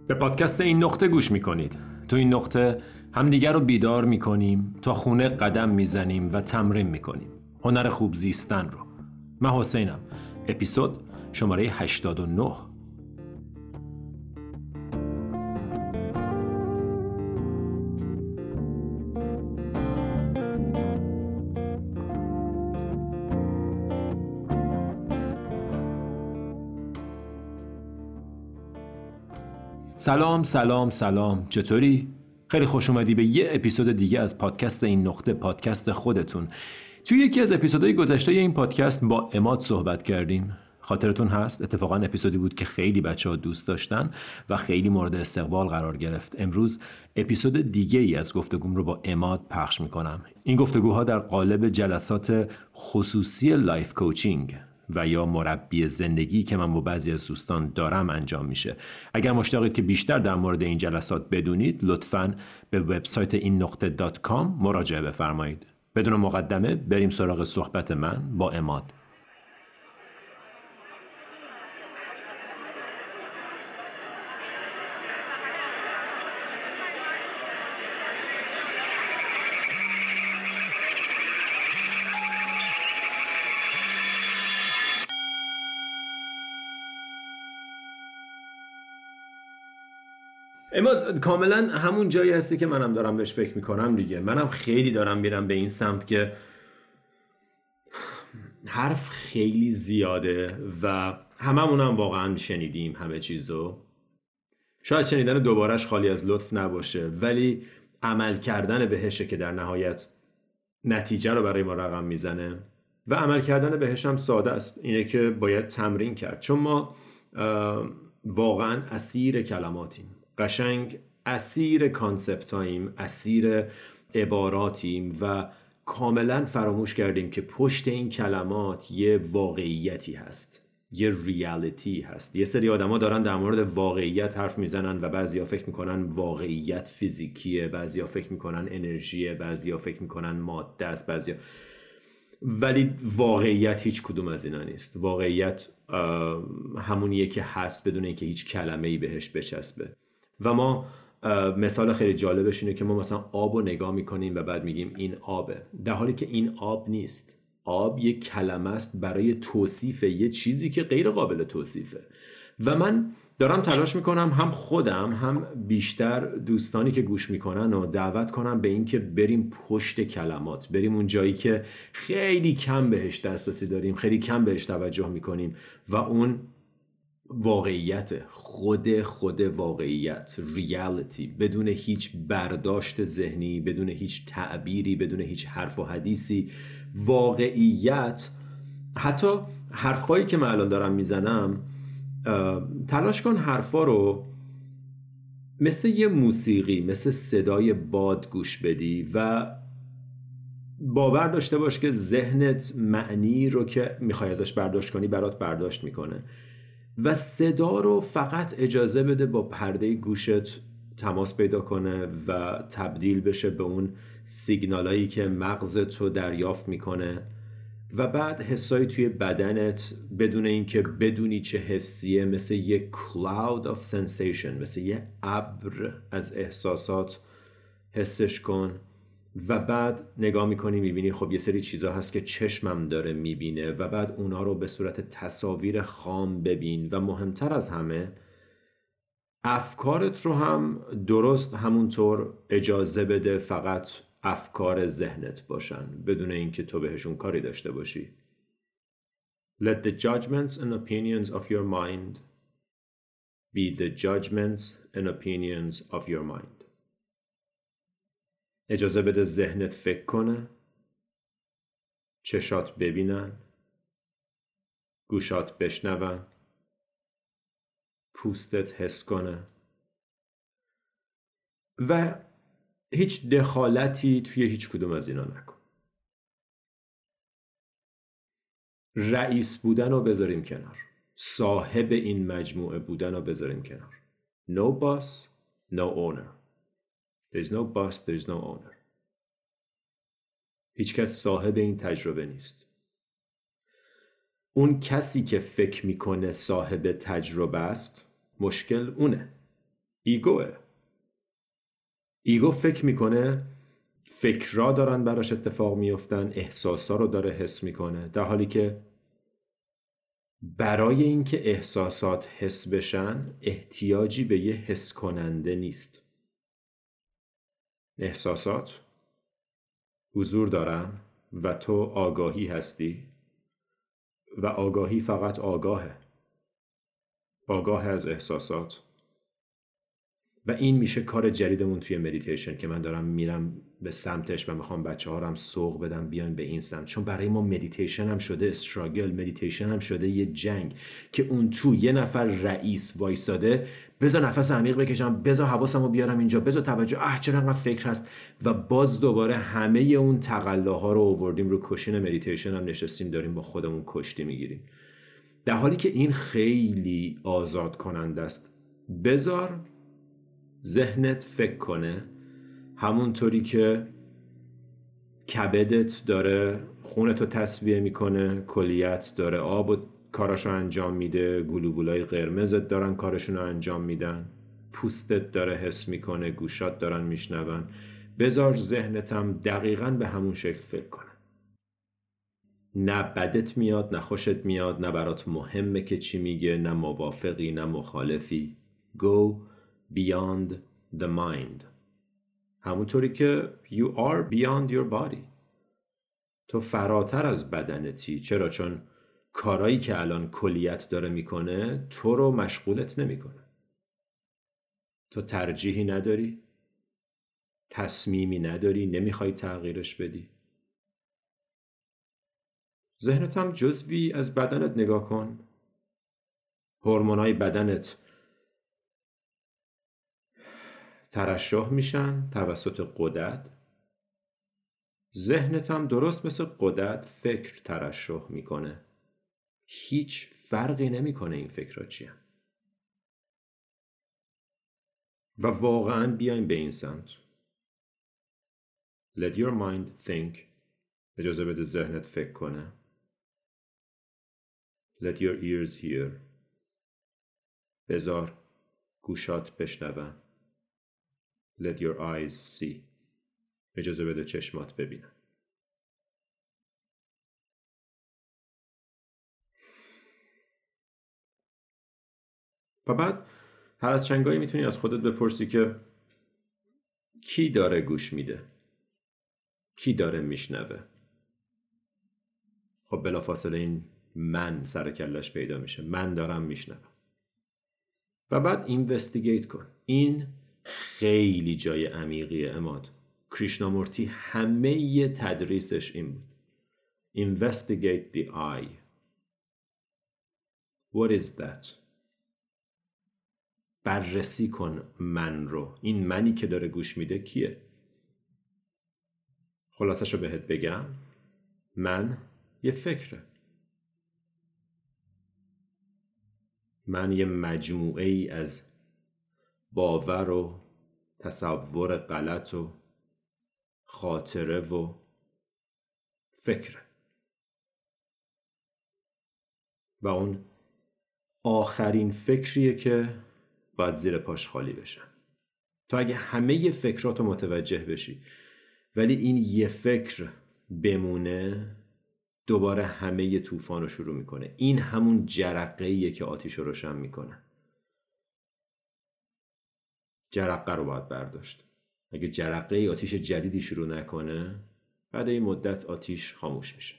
به پادکست این نقطه گوش میکنید. تو این نقطه همدیگر رو بیدار میکنیم، تا خونه قدم میزنیم و تمرین میکنیم هنر خوب زیستن رو. من حسینم. اپیزود شماره 89. سلام چطوری؟ خیلی خوش اومدی به یه اپیزود دیگه از پادکست این نقطه، پادکست خودتون. توی یکی از اپیزودهای گذشته این پادکست با عماد صحبت کردیم. خاطرتون هست؟ اتفاقا اپیزودی بود که خیلی بچه‌ها دوست داشتن و خیلی مورد استقبال قرار گرفت. امروز اپیزود دیگه ای از گفتگوم رو با عماد پخش میکنم. این گفتگوها در قالب جلسات خصوصی لایف کوچینگ و یا مربی زندگی که من با بعضی از دوستان دارم انجام میشه. اگر مشتاقید که بیشتر در مورد این جلسات بدونید، لطفاً به وبسایت این نقطه .com مراجعه بفرمایید. بدون مقدمه بریم سراغ صحبت من با عماد. اما کاملا همون جایی هستی که منم دارم بهش فکر میکنم دیگه. منم خیلی دارم میرم به این سمت که حرف خیلی زیاده و هممونم واقعا شنیدیم همه چیزو. شاید شنیدن دوبارش خالی از لطف نباشه، ولی عمل کردن بهشه که در نهایت نتیجه رو برای ما رقم میزنه و عمل کردن بهش هم ساده است. اینه که باید تمرین کرد، چون ما واقعا اسیر کلماتیم، قشنگ اسیر کانسپتاییم، اسیر عباراتیم و کاملا فراموش کردیم که پشت این کلمات یه واقعیتی هست، یه ریالیتی هست. یه سری آدما دارن در مورد واقعیت حرف میزنن و بعضیا فکر میکنن واقعیت فیزیکیه، بعضیا فکر میکنن انرژیه، بعضیا فکر میکنن ماده است، ولی واقعیت هیچ کدوم از اینا نیست. واقعیت همونیه که هست بدون اینکه هیچ کلمه‌ای بهش بچسبه. و ما مثال خیلی جالبش اینه که ما مثلا آب رو نگاه میکنیم و بعد میگیم این آبه، در حالی که این آب نیست. آب یک کلمه است برای توصیف یه چیزی که غیر قابل توصیفه. و من دارم تلاش میکنم هم خودم هم بیشتر دوستانی که گوش میکنن و دعوت کنم به این که بریم پشت کلمات، بریم اون جایی که خیلی کم بهش دسترسی داریم، خیلی کم بهش توجه میکنیم و اون واقعیت، خود واقعیت، ریالیتی، بدون هیچ برداشت ذهنی، بدون هیچ تعبیری، بدون هیچ حرف و حدیثی. واقعیت، حتی حرفایی که من الان دارم میزنم، تلاش کن حرفا رو مثل یه موسیقی، مثل صدای باد گوش بدی و باور داشته باش که ذهنت معنی رو که میخوای ازش برداشت کنی برات برداشت میکنه و صدا رو فقط اجازه بده با پرده گوشت تماس پیدا کنه و تبدیل بشه به اون سیگنالایی که مغزت رو دریافت میکنه و بعد حسایی توی بدنت بدون اینکه بدونی چه حسیه، مثل یه cloud of sensation، مثل یه ابر از احساسات حسش کن و بعد نگاه میکنی میبینی خب یه سری چیزا هست که چشمم داره میبینه و بعد اونا رو به صورت تصاویر خام ببین و مهمتر از همه افکارت رو هم درست همونطور اجازه بده فقط افکار ذهنت باشن بدون اینکه تو بهشون کاری داشته باشی. Let the judgments and opinions of your mind be the judgments and opinions of your mind. اجازه بده ذهنت فکر کنه، چشات ببینن، گوشات بشنون، پوستت حس کنه و هیچ دخالتی توی هیچ کدوم از اینا نکن. رئیس بودن رو بذاریم کنار، صاحب این مجموعه بودن رو بذاریم کنار. No boss, no owner. There's no boss, there's no owner. هیچ کس صاحب این تجربه نیست. اون کسی که فکر میکنه صاحب تجربه است، مشکل اونه. ایگو فکر میکنه فکرها دارن براش اتفاق میفتن، احساسا رو داره حس میکنه، در حالی که برای اینکه احساسات حس بشن احتیاجی به یه حس کننده نیست. احساسات حضور دارن و تو آگاهی هستی و آگاهی فقط آگاه از احساسات. و این میشه کار جدیدمون توی مدیتیشن که من دارم میرم به سمتش و میخوام بچه ها رو هم سوق بدم بیان به این سمت، چون برای ما مدیتیشن هم شده استراگل، مدیتیشن هم شده یه جنگ که اون تو یه نفر رئیس وایساده، بذار نفس عمیق بکشم، بذار حواسمو بیارم اینجا، بذار توجه، چرا انقدر فکر هست، و باز دوباره همه اون تقلاها رو آوردیم رو کشین مدیتیشن هم نشستیم داریم با خودمون کشتی میگیریم، در حالی که این خیلی آزاد کننده است. بذار ذهنت فکر کنه، همونطوری که کبدت داره خونتو تصفیه میکنه، کلیت داره آب و کاراشو انجام میده، گلوبولای قرمزت دارن کارشونو انجام میدن، پوستت داره حس میکنه، گوشات دارن میشنون. بذار ذهنت هم دقیقاً به همون شکل فکر کنه. نه بدت میاد، نه خوشت میاد، نه برات مهمه که چی میگه، نه موافقی نه مخالفی. Go beyond the mind. همونطوری که you are beyond your body. تو فراتر از بدنتی. چرا؟ چون کارایی که الان کلیت داره میکنه تو رو مشغولت نمیکنه. تو ترجیحی نداری، تصمیمی نداری، نمیخوای تغییرش بدی. ذهنت هم جزوی از بدنت نگاه کن. هورمونای بدنت ترشح میشن توسط غدد. ذهنت هم درست مثل غدد فکر ترشح میکنه. هیچ فرقی نمیکنه این فکرها چیه. و واقعا بیایم به این سمت. Let your mind think. اجازه بده ذهنت فکر کنه. Let your ears hear. بذار گوشات بشنون. Let your eyes see. اجازه بده چشمات ببینن. و بعد هر از چنگایی میتونی از خودت بپرسی که کی داره گوش میده؟ کی داره میشنوه؟ خب بلافاصله این من سر کلش پیدا میشه. من دارم میشنوم. و بعد اینوستیگیت کن. این خیلی جای عمیقیه عماد. کریشنامورتی همه تدریسش این بود. Investigate the I. What is that? بررسی کن من رو. این منی که داره گوش میده کیه؟ خلاصش رو بهت بگم. من یه فکره. من یه مجموعه ای از باور و تصور غلط و خاطره و فکره. و اون آخرین فکریه که باید زیر پاش خالی بشن. تو اگه همه فکراتو متوجه بشی ولی این یه فکر بمونه، دوباره همه طوفان رو شروع میکنه. این همون جرقه‌ایه که آتیش رو روشن میکنه. جرقه رو باید برداشت. اگه جرقه آتیش جدیدی شروع نکنه، بعد این مدت آتیش خاموش میشه.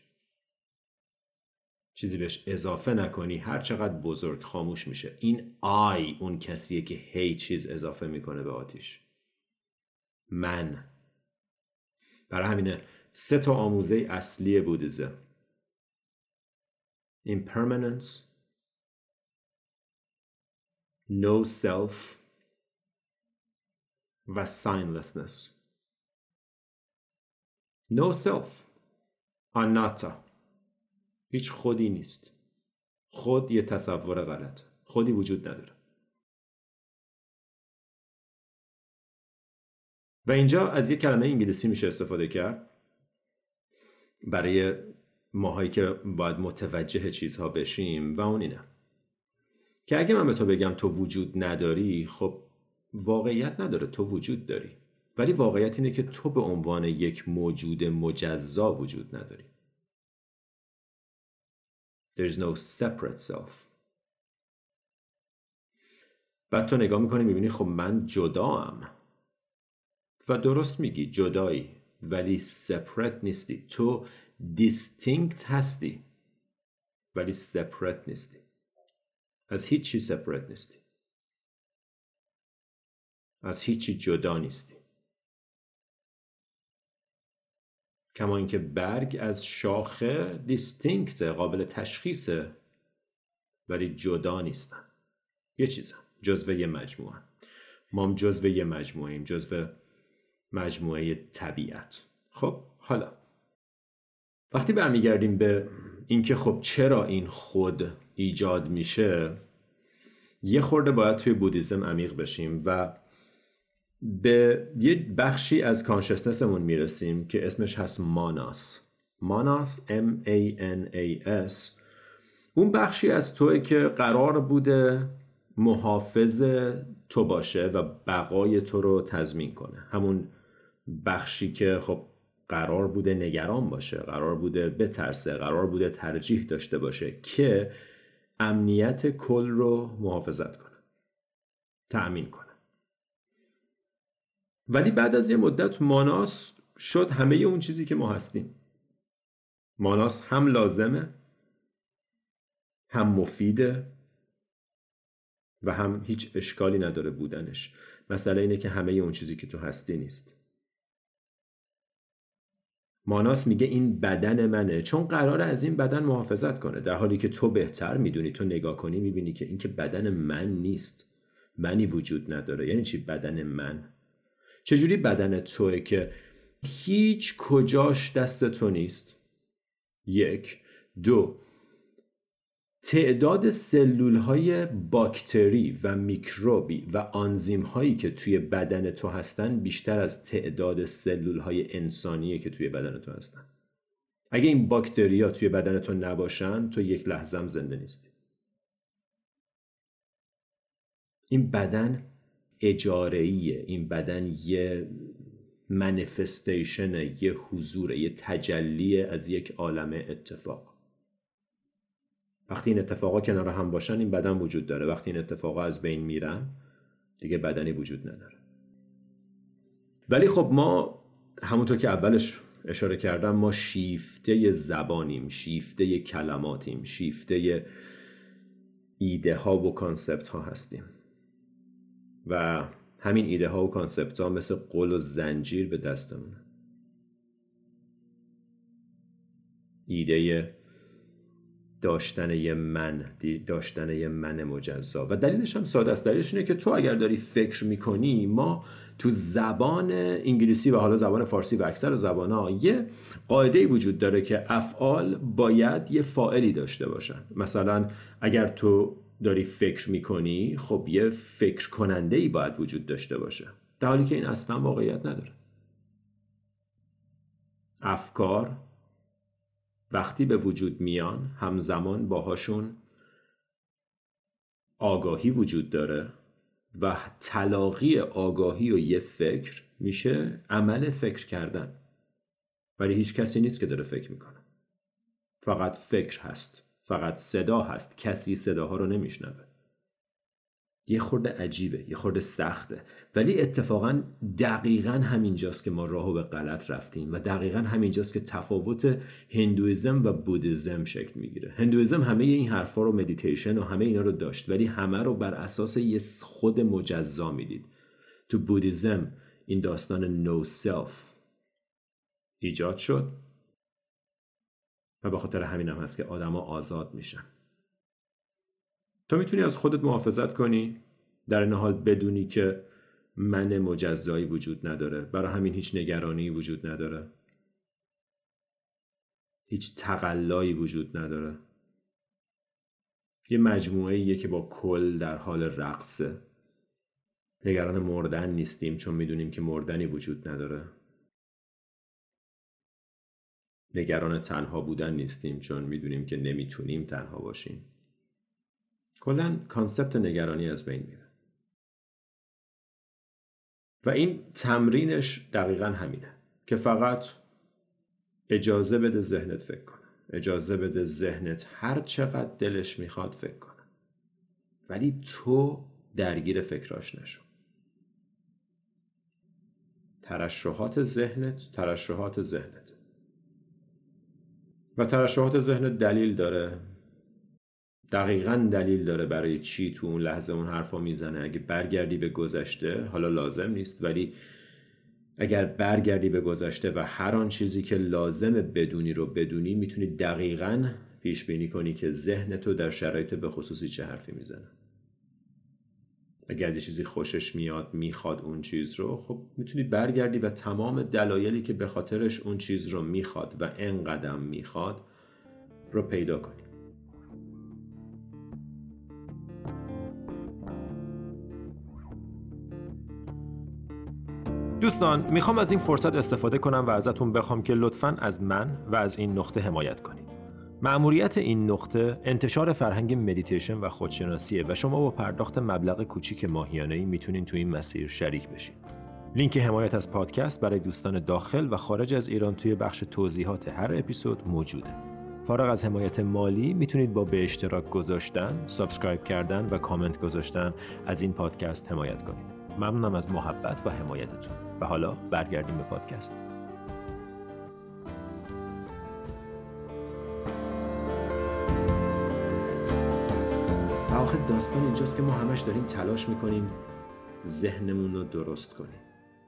چیزی بهش اضافه نکنی، هر چقدر بزرگ خاموش میشه. این آی اون کسیه که هی چیز اضافه میکنه به آتیش. من. برای همینه 3 تا آموزه اصلی بودیزم. Impermanence, No self و signlessness. No self. Anatta. هیچ خودی نیست. خود یه تصور غلط. خودی وجود نداره. و اینجا از یه کلمه انگلیسی میشه استفاده کرد برای ماهایی که باید متوجه چیزها بشیم و اون اینه که اگه من به تو بگم تو وجود نداری، خب واقعیت نداره، تو وجود داری. ولی واقعیت اینه که تو به عنوان یک موجود مجزا وجود نداری. There's no separate self. بعد تو نگاه میکنی میبینی خب من جداام. و درست میگی، جدایی، ولی separate نیستی. تو distinct هستی ولی separate نیستی. از هیچی separate نیستی. از هیچی جدا نیستی. کما اینکه برگ از شاخه distinct، قابل تشخیصه، ولی جدا نیستن. یه چیزن، جزو یه مجموعه. ما هم جزو یه مجموعه ایم، جزو مجموعه طبیعت. خب حالا وقتی برمیگردیم به اینکه خب چرا این خود ایجاد میشه، یه خورده باید توی بودیزم عمیق بشیم و به یه بخشی از کانشسنسمون میرسیم که اسمش هست ماناس. ماناس M-A-N-A-S. اون بخشی از توئه که قرار بوده محافظ تو باشه و بقای تو رو تضمین کنه. همون بخشی که خب قرار بوده نگران باشه، قرار بوده بترسه، قرار بوده ترجیح داشته باشه که امنیت کل رو محافظت کنه، تأمین کنه. ولی بعد از یه مدت ماناس شد همه اون چیزی که ما هستیم. ماناس هم لازمه، هم مفیده و هم هیچ اشکالی نداره بودنش. مسئله اینه که همه اون چیزی که تو هستی نیست. ماناس میگه این بدن منه چون قراره از این بدن محافظت کنه، در حالی که تو بهتر میدونی، تو نگاه کنی میبینی که این که بدن من نیست. منی وجود نداره. یعنی چی بدن من؟ چجوری بدن توئه که هیچ کجاش دست تو نیست؟ یک. دو، تعداد سلول های باکتری و میکروبی و آنزیم هایی که توی بدن تو هستن بیشتر از تعداد سلول های انسانیه که توی بدن تو هستن. اگه این باکتری ها توی بدن تو نباشن، تو یک لحظه هم زنده نیستی. این بدن اجاره‌ایه. این بدن یه منیفستیشنه، یه حضوره، یه تجلی از یک عالم اتفاق. وقتی این اتفاقا کنار هم باشن این بدن وجود داره. وقتی این اتفاقا از بین میرن دیگه بدنی وجود نداره. ولی خب ما همونطور که اولش اشاره کردم، ما شیفته زبانیم، شیفته کلماتیم، شیفته ایده ها و کانسپت ها هستیم و همین ایده ها و کانسپت ها مثل قل و زنجیر به دستمونه. ایده داشتن یه من مجزا. و دلیلش هم ساده است. دلیلش اینه که تو اگر داری فکر میکنی، ما تو زبان انگلیسی و حالا زبان فارسی و اکثر زبان‌ها یه قاعده‌ای وجود داره که افعال باید یه فاعلی داشته باشن. مثلا اگر تو داری فکر میکنی، خب یه فکر کننده‌ای باید وجود داشته باشه، در حالی که این اصلا واقعیت نداره. افکار وقتی به وجود میان همزمان باهاشون آگاهی وجود داره و تلاقی آگاهی و یه فکر میشه عمل فکر کردن. ولی هیچ کسی نیست که داره فکر میکنه. فقط فکر هست، فقط صدا هست. کسی صداها رو نمیشنوه. یه خورده عجیبه، یه خورده سخته، ولی اتفاقا دقیقا همینجاست که ما راهو به غلط رفتیم و دقیقا همینجاست که تفاوت هندویزم و بودیزم شکل میگیره. هندویزم همه این حرفا رو، مدیتیشن و همه اینا رو داشت، ولی همه رو بر اساس یه خود مجزا میدید. تو بودیزم این داستان نو سلف ایجاد شد و به خاطر همین هم هست که آدما آزاد میشن. تو میتونی از خودت محافظت کنی، در این حال بدونی که من مجزایی وجود نداره. برای همین هیچ نگرانی وجود نداره، هیچ تقلایی وجود نداره. یه مجموعه‌ایه که با کل در حال رقصه. نگران مردن نیستیم چون میدونیم که مردنی وجود نداره. نگران تنها بودن نیستیم چون میدونیم که نمیتونیم تنها باشیم. کلاً کانسپت نگرانی از بین میره. و این تمرینش دقیقاً همینه که فقط اجازه بده ذهنت فکر کنه. اجازه بده ذهنت هر چقدر دلش میخواد فکر کنه. ولی تو درگیر فکراش نشو. ترشحات ذهنت و ترشحات ذهنت دلیل داره. دقیقاً دلیل داره برای چی تو اون لحظه اون حرفا میزنه. اگه برگردی به گذشته، حالا لازم نیست، ولی اگر برگردی به گذشته و هر آن چیزی که لازمه بدونی رو بدونی، میتونی دقیقاً پیش بینی کنی که ذهنتو در شرایط به خصوصی چه حرفی میزنه. اگه از یه چیزی خوشش میخواد اون چیز رو، خب میتونی برگردی و تمام دلایلی که به خاطرش اون چیز رو میخواد و انقدر میخواد رو پیدا کنی. دوستان، میخوام از این فرصت استفاده کنم و ازتون بخوام که لطفاً از من و از این نقطه حمایت کنید. مأموریت این نقطه انتشار فرهنگ مدیتیشن و خودشناسیه و شما با پرداخت مبلغ کوچیک ماهیانه‌ای میتونین تو این مسیر شریک بشین. لینک حمایت از پادکست برای دوستان داخل و خارج از ایران توی بخش توضیحات هر اپیزود موجوده. فارغ از حمایت مالی میتونید با به اشتراک گذاشتن، سابسکرایب کردن و کامنت گذاشتن از این پادکست حمایت کنید. ممنونم از محبت و حمایتتون. و حالا برگردیم به پادکست. و آخه داستان اینجاست که ما همش داریم تلاش میکنیم ذهنمون رو درست کنیم،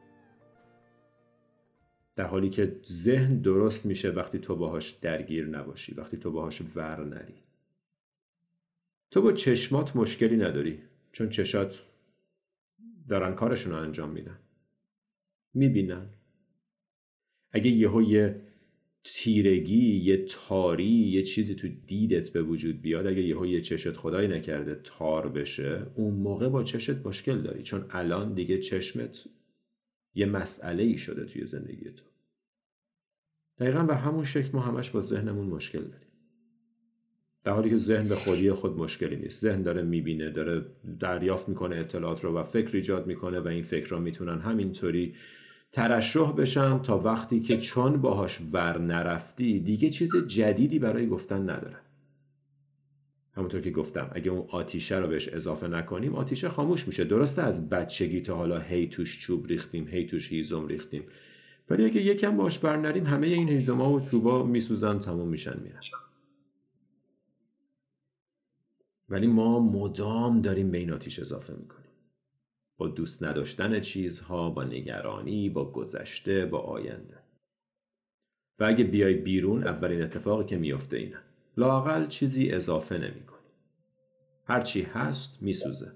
در حالی که ذهن درست میشه وقتی تو باهاش درگیر نباشی، وقتی تو باهاش ور نری. تو با چشمات مشکلی نداری، چون چشات دارن کارشون رو انجام میدن، میبینن. اگه یه تیرگی، یه تاری، یه چیزی تو دیدت به وجود بیاد، اگه یه چشت خدای نکرده تار بشه، اون موقع با چشت مشکل داری، چون الان دیگه چشمت یه مسئله ای شده توی زندگی تو. دقیقاً به همون شکل ما همش با ذهنمون مشکل داریم، در حالی که ذهن به خودی خود مشکلی نیست. ذهن داره میبینه، داره دریافت میکنه اطلاعات رو و فکر ایجاد میکنه و این فکرها میتونن همینطوری ترشح بشن تا وقتی که چون باهاش ور نرفتی دیگه چیز جدیدی برای گفتن نداره. همونطور که گفتم اگه اون آتیشه رو بهش اضافه نکنیم، آتیشه خاموش میشه. درسته از بچگی تا حالا هی توش چوب ریختیم، هی توش هیزم ریختیم، ولی اگه یکم باهاش بر نریم همه این هیزم‌ها و چوبا میسوزن، تموم میشن، میرن. ولی ما مدام داریم به این آتیش اضافه میکنیم، با دوست نداشتن چیزها، با نگرانی، با گذشته، با آینده. و اگه بیای بیرون، اولین اتفاقی که میفته اینه، لااقل چیزی اضافه نمی کنی. هرچی هست میسوزه.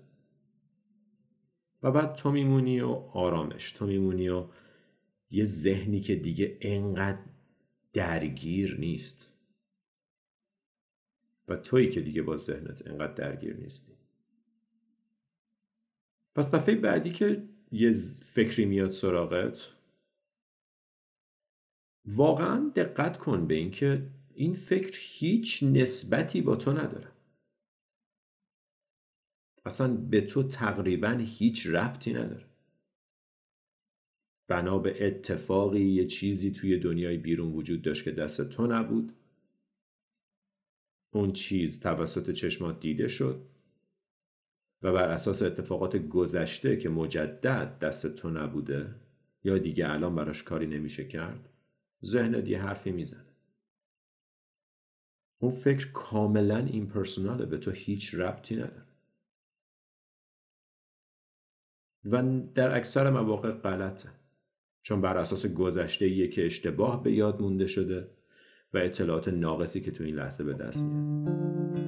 و بعد تو میمونی و آرامش، تو میمونی و یه ذهنی که دیگه انقدر درگیر نیست و تویی که دیگه با ذهنت انقدر درگیر نیستی. پس دفعه بعدی که یه فکری میاد سراغت، واقعا دقت کن به این که این فکر هیچ نسبتی با تو نداره. اصلا به تو تقریبا هیچ ربطی نداره. بنا به اتفاقی یه چیزی توی دنیای بیرون وجود داشت که دست تو نبود. اون چیز توسط چشمات دیده شد و بر اساس اتفاقات گذشته که مجدد دست تو نبوده یا دیگه الان براش کاری نمیشه کرد، ذهنت یه حرفی میزنه. اون فکر کاملا ایمپرسوناله، به تو هیچ ربطی نداره و در اکثر مواقع غلطه، چون بر اساس گذشته‌ایه که اشتباه به یاد مونده شده و اطلاعات ناقصی که تو این لحظه به دست میاد.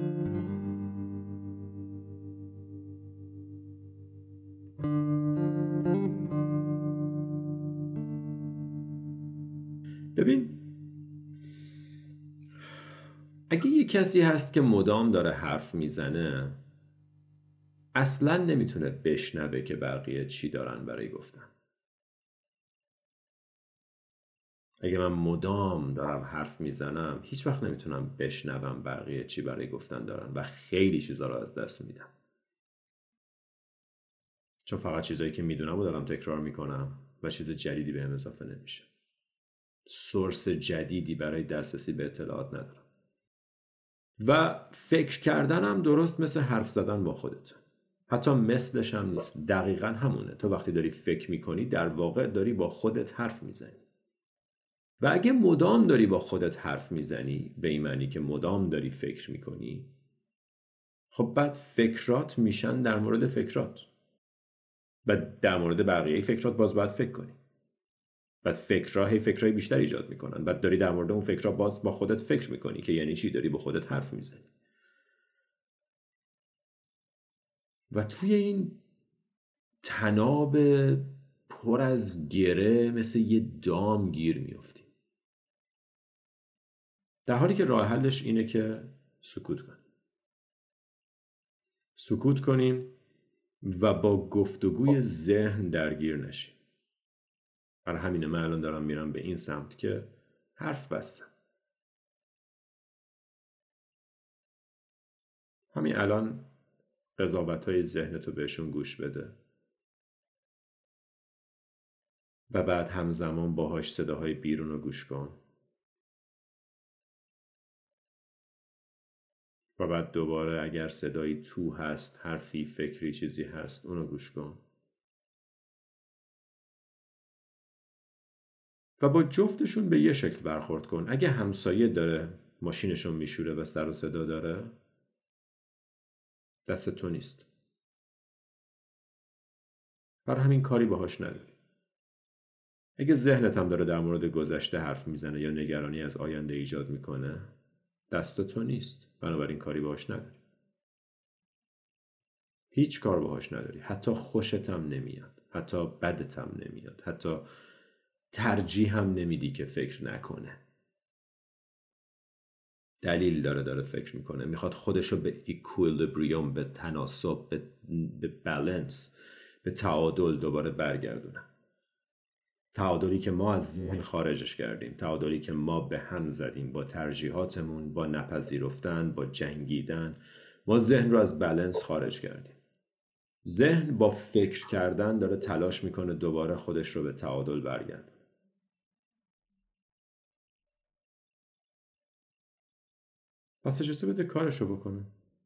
ببین، اگه یه کسی هست که مدام داره حرف میزنه، اصلاً نمیتونه بشنوه که بقیه چی دارن برای گفتن. اگه من مدام دارم حرف میزنم، هیچ وقت نمیتونم بشنوم بقیه چی برای گفتن دارن و خیلی چیزا رو از دست میدم. چون فقط چیزایی که میدونم رو دارم تکرار میکنم و چیز جدیدی بهم اضافه نمیشه. سورس جدیدی برای دسترسی به اطلاعات ندارم. و فکر کردنم درست مثل حرف زدن با خودت. حتی مثلش هم نیست. دقیقاً همونه. تو وقتی داری فکر میکنی در واقع داری با خودت حرف میزنی. و اگه مدام داری با خودت حرف میزنی، به این معنی که مدام داری فکر میکنی، خب بعد فکرات میشن در مورد فکرات. و در مورد بقیه فکرات باز باید فکر کنی. بعد فکرهای بیشتر ایجاد میکنن. بعد داری در مورد اون فکرها باز با خودت فکر میکنی که یعنی چی؟ داری با خودت حرف میزنی. و توی این تناب پر از گره مثل یه دام گیر میافتی. در حالی که راه حلش اینه که سکوت کنیم. سکوت کنیم و با گفتگوی ذهن درگیر نشیم. برای همینه من الان دارم میرم به این سمت که حرف بستم. همین الان قضاوت‌های ذهنتو بهشون گوش بده و بعد همزمان باهاش صداهای بیرون رو گوش کن و بعد دوباره اگر صدایی تو هست، حرفی، فکری، چیزی هست، اونو گوش کن و با جفتشون به یه شکل برخورد کن. اگه همسایه داره ماشینشون میشوره و سر و صدا داره، دست تو نیست. برای همین کاری باهاش نداری. اگه ذهنت هم داره در مورد گذشته حرف میزنه یا نگرانی از آینده ایجاد میکنه، دست تو نیست. بنابراین کاری باهاش نداری. هیچ کار باهاش نداری. حتی خوشت هم نمیاد. حتی بدت هم نمیاد. حتی ترجیح هم نمیدی که فکر نکنه. دلیل داره فکر میکنه. میخواد خودشو به ایکویلیبریوم، به تناسب، به بالانس، به تعادل دوباره برگردونه. تعادلی که ما از ذهن خارجش کردیم. تعادلی که ما به هم زدیم با ترجیحاتمون، با نپذیرفتن، با جنگیدن. ما ذهن رو از بالانس خارج کردیم. ذهن با فکر کردن داره تلاش میکنه دوباره خودش رو به تعادل برگردونه. پس اجازه بده کارشو بکنه.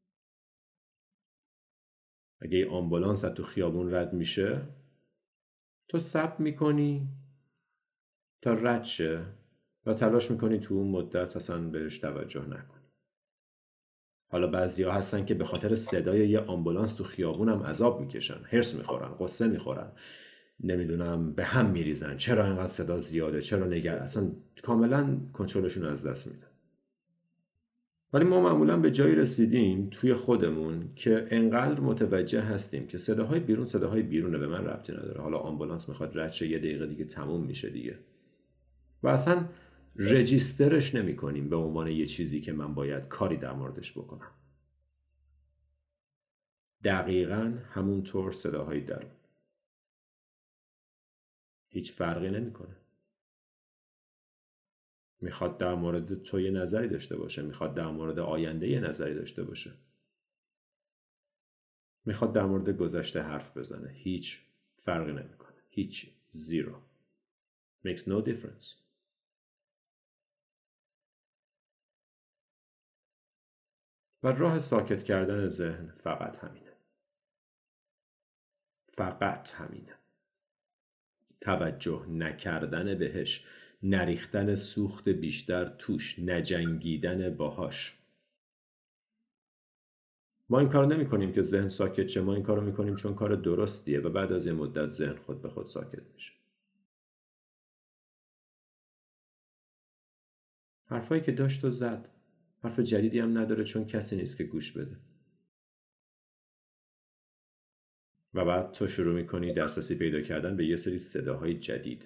اگه یه آمبولانس از تو خیابون رد میشه، تو صبر میکنی تا رد شه و تلاش میکنی تو اون مدت اصلا بهش توجه نکنی. حالا بعضیا هستن که به خاطر صدای یه آمبولانس تو خیابون هم عذاب میکشن، هرس میخورن، قصه میخورن، نمیدونم به هم میریزن، چرا اینقدر صدا زیاده، چرا اصلا کاملا کنترلشون از دست میدن. ولی ما معمولا به جایی رسیدیم توی خودمون که انقدر متوجه هستیم که صداهای بیرونه، به من ربطی نداره. حالا آمبولانس میخواد رد شه، 1 دقیقه دیگه تموم میشه دیگه. و اصلا رجیسترش نمی کنیم به عنوان یه چیزی که من باید کاری در موردش بکنم. دقیقاً همونطور صداهای درون. هیچ فرقی نمیکنه. میخواد در مورد تو یه نظری داشته باشه، میخواد در مورد آینده یه نظری داشته باشه، میخواد در مورد گذشته حرف بزنه، هیچ فرقی نمیکنه. هیچ. زیرو. Makes no difference. و راه ساکت کردن ذهن فقط همینه. فقط همینه. توجه نکردن بهش، نریختن سوخت بیشتر توش، نجنگیدن باهاش. ما این کارو نمی کنیم که ذهن ساکت شه. ما این کارو می کنیم چون کار درستیه و بعد از یه مدت ذهن خود به خود ساکت میشه. حرفایی که داشت و زد. حرف جدیدی هم نداره چون کسی نیست که گوش بده. و بعد تو شروع میکنی دسترسی پیدا کردن به یه سری صداهای جدید.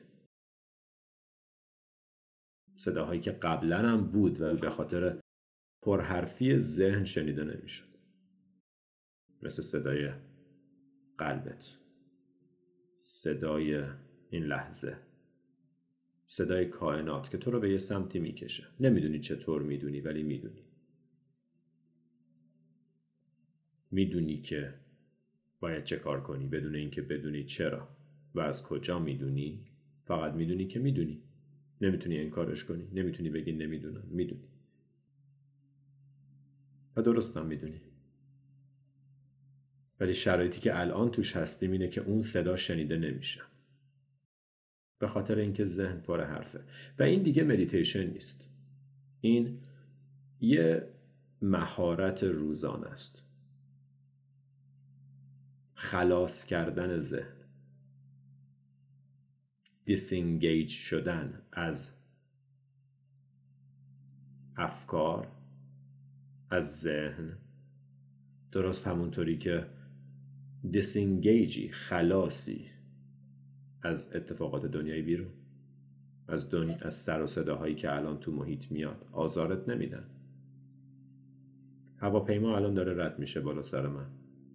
صداهایی که قبلا هم بود و به خاطر پرحرفی ذهن شنیده نمیشد. مثل صدای قلبت، صدای این لحظه، صدای کائنات که تو رو به یه سمتی میکشه. نمیدونی چطور میدونی، ولی میدونی. میدونی که باید چه کار کنی بدون اینکه بدونی چرا و از کجا میدونی. فقط میدونی که میدونی. نمیتونی انکارش کنی، نمیتونی بگی نمیدونم، میدونی و درستم میدونی. ولی شرایطی که الان توش هستیم اینه که اون صدا شنیده نمیشه، به خاطر اینکه ذهن پر حرفه. و این دیگه مدیتیشن نیست، این یه مهارت روزانه است. خلاص کردن ذهن، دیسینگیج شدن از افکار، از ذهن، درست همونطوری که دیسینگیجی، خلاصی از اتفاقات دنیای بیرون، از سر و صداهایی که الان تو محیط میاد. آزارت نمیدن. هواپیما الان داره رد میشه بالا سر من،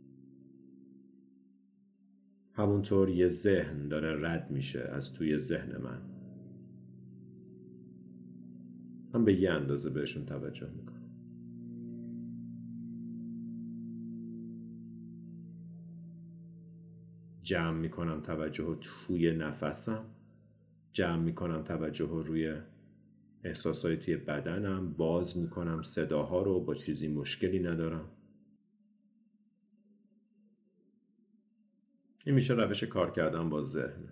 همونطور یه ذهن داره رد میشه از توی ذهن من به یه اندازه بهشون توجه میکنم. جمع میکنم توجه رو توی نفسم، جمع میکنم توجه رو روی احساسایی توی بدنم، باز میکنم صداها رو، با چیزی مشکلی ندارم. این میشه روش کار کردن با ذهن.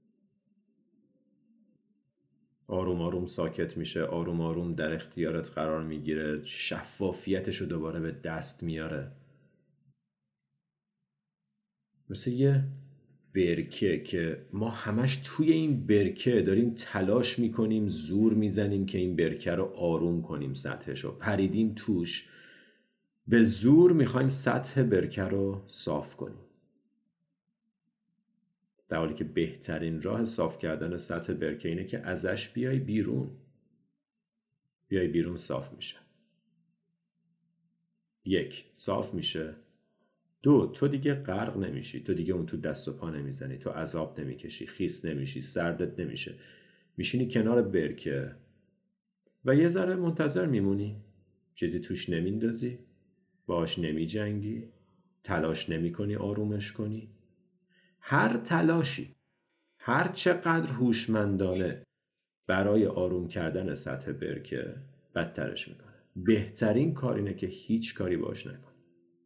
آروم آروم ساکت میشه، آروم آروم در اختیارت قرار میگیره، شفافیتش رو دوباره به دست میاره. مثل یه برکه که ما همش توی این برکه داریم تلاش میکنیم، زور میزنیم که این برکه رو آروم کنیم، سطحش رو پریدیم توش، به زور میخوایم سطح برکه رو صاف کنیم، در حالی که بهترین راه صاف کردن سطح برکه اینه که ازش بیای بیرون. بیای بیرون صاف میشه. 1. صاف میشه. 2. تو دیگه غرق نمیشی، تو دیگه اون تو دست و پا نمیزنی، تو عذاب نمیکشی، خیس نمیشی، سردت نمیشه، میشینی کنار برکه و یه ذره منتظر میمونی. چیزی توش نمیندازی، باش نمیجنگی، تلاش نمیکنی آرومش کنی. هر تلاشی، هر چقدر هوشمندانه برای آروم کردن سطح برکه، بدترش میکنه. بهترین کار اینه که هیچ کاری باش نکن.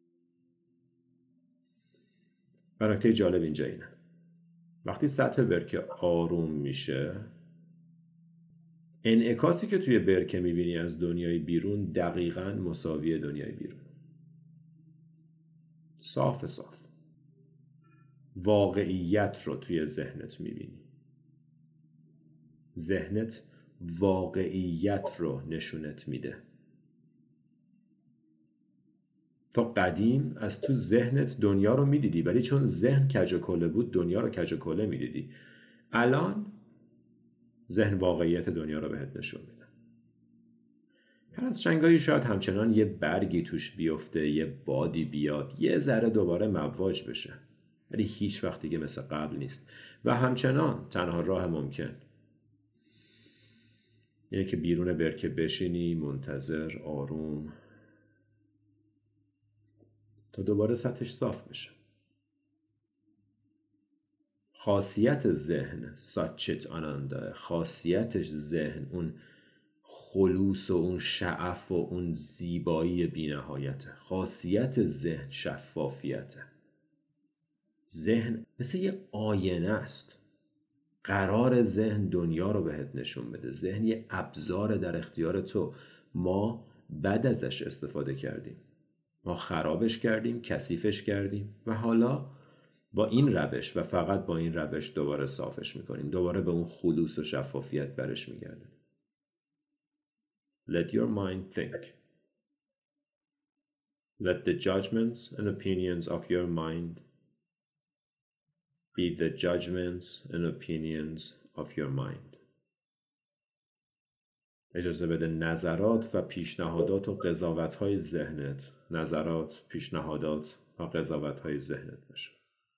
و نکته جالب اینجا اینه، وقتی سطح برکه آروم میشه، انعکاسی که توی برکه میبینی از دنیای بیرون دقیقاً مساوی دنیای بیرون. صاف. واقعیت رو توی ذهنت میبینی. ذهنت واقعیت رو نشونت میده. تا قدیم از تو ذهنت دنیا رو میدیدی، ولی چون ذهن کج و کوله بود دنیا رو کج و کوله میدیدی. الان ذهن واقعیت دنیا رو بهت نشون میده. هر از چنگایی شاید همچنان یه برگی توش بیفته، یه بادی بیاد، یه ذره دوباره مواج بشه، ولی هیچ وقت دیگه مثل قبل نیست. و همچنان تنها راه ممکن اینه که بیرون برکه بشینی، منتظر، آروم، تا دوباره سطحش صاف بشه. خاصیت ذهن ساچت آناندا، خاصیتش ذهن اون خلوص و اون شعف و اون زیبایی بی‌نهایته. خاصیت ذهن شفافیته. ذهن مثل یه آینه است. قرار ذهن دنیا رو بهت نشون بده. ذهن یه ابزار در اختیار تو. ما بد ازش استفاده کردیم، ما خرابش کردیم، کثیفش کردیم و حالا با این روش و فقط با این روش دوباره صافش میکنیم، دوباره به اون خلوص و شفافیت برش میگردیم. Let your mind think. Let the judgments and opinions of your mind be the judgments and opinions of your mind. اجازه بده نظرات و پیشنهادات و قضاوت‌های ذهنت، نظرات، پیشنهادات و قضاوت‌های ذهنت باشه.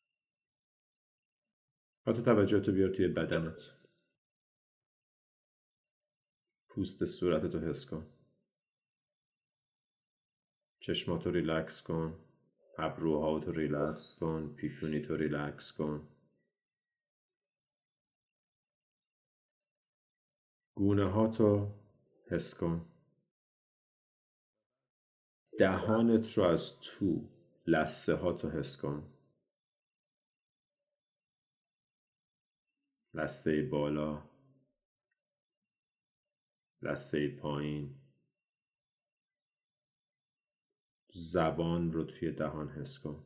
حتی توجهتو بیار توی بدنت. پوست صورتتو حس کن. چشماتو ریلکس کن. ابروها تو ریلکس کن، پیشونی تو ریلکس کن. گونه ها تو حس کن. دهانت رو از تو، لثه ها تو حس کن. لثه بالا، لثه پایین. زبان رو توی دهان حس کن.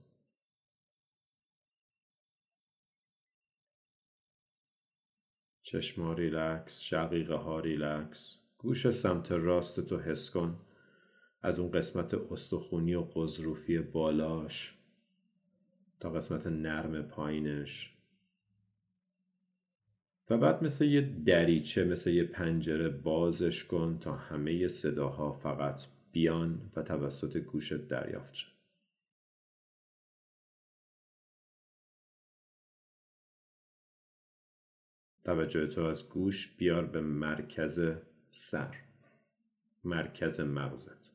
چشما ریلکس، شقیقه ها ریلکس. گوش سمت راست تو حس کن، از اون قسمت استخونی و قضروفی بالاش تا قسمت نرم پایینش. و بعد مثل یه دریچه، مثل یه پنجره بازش کن تا همه صداها فقط بیان و توسط گوشت دریافت شد. توجه تو از گوش بیار به مرکز سر، مرکز مغزت.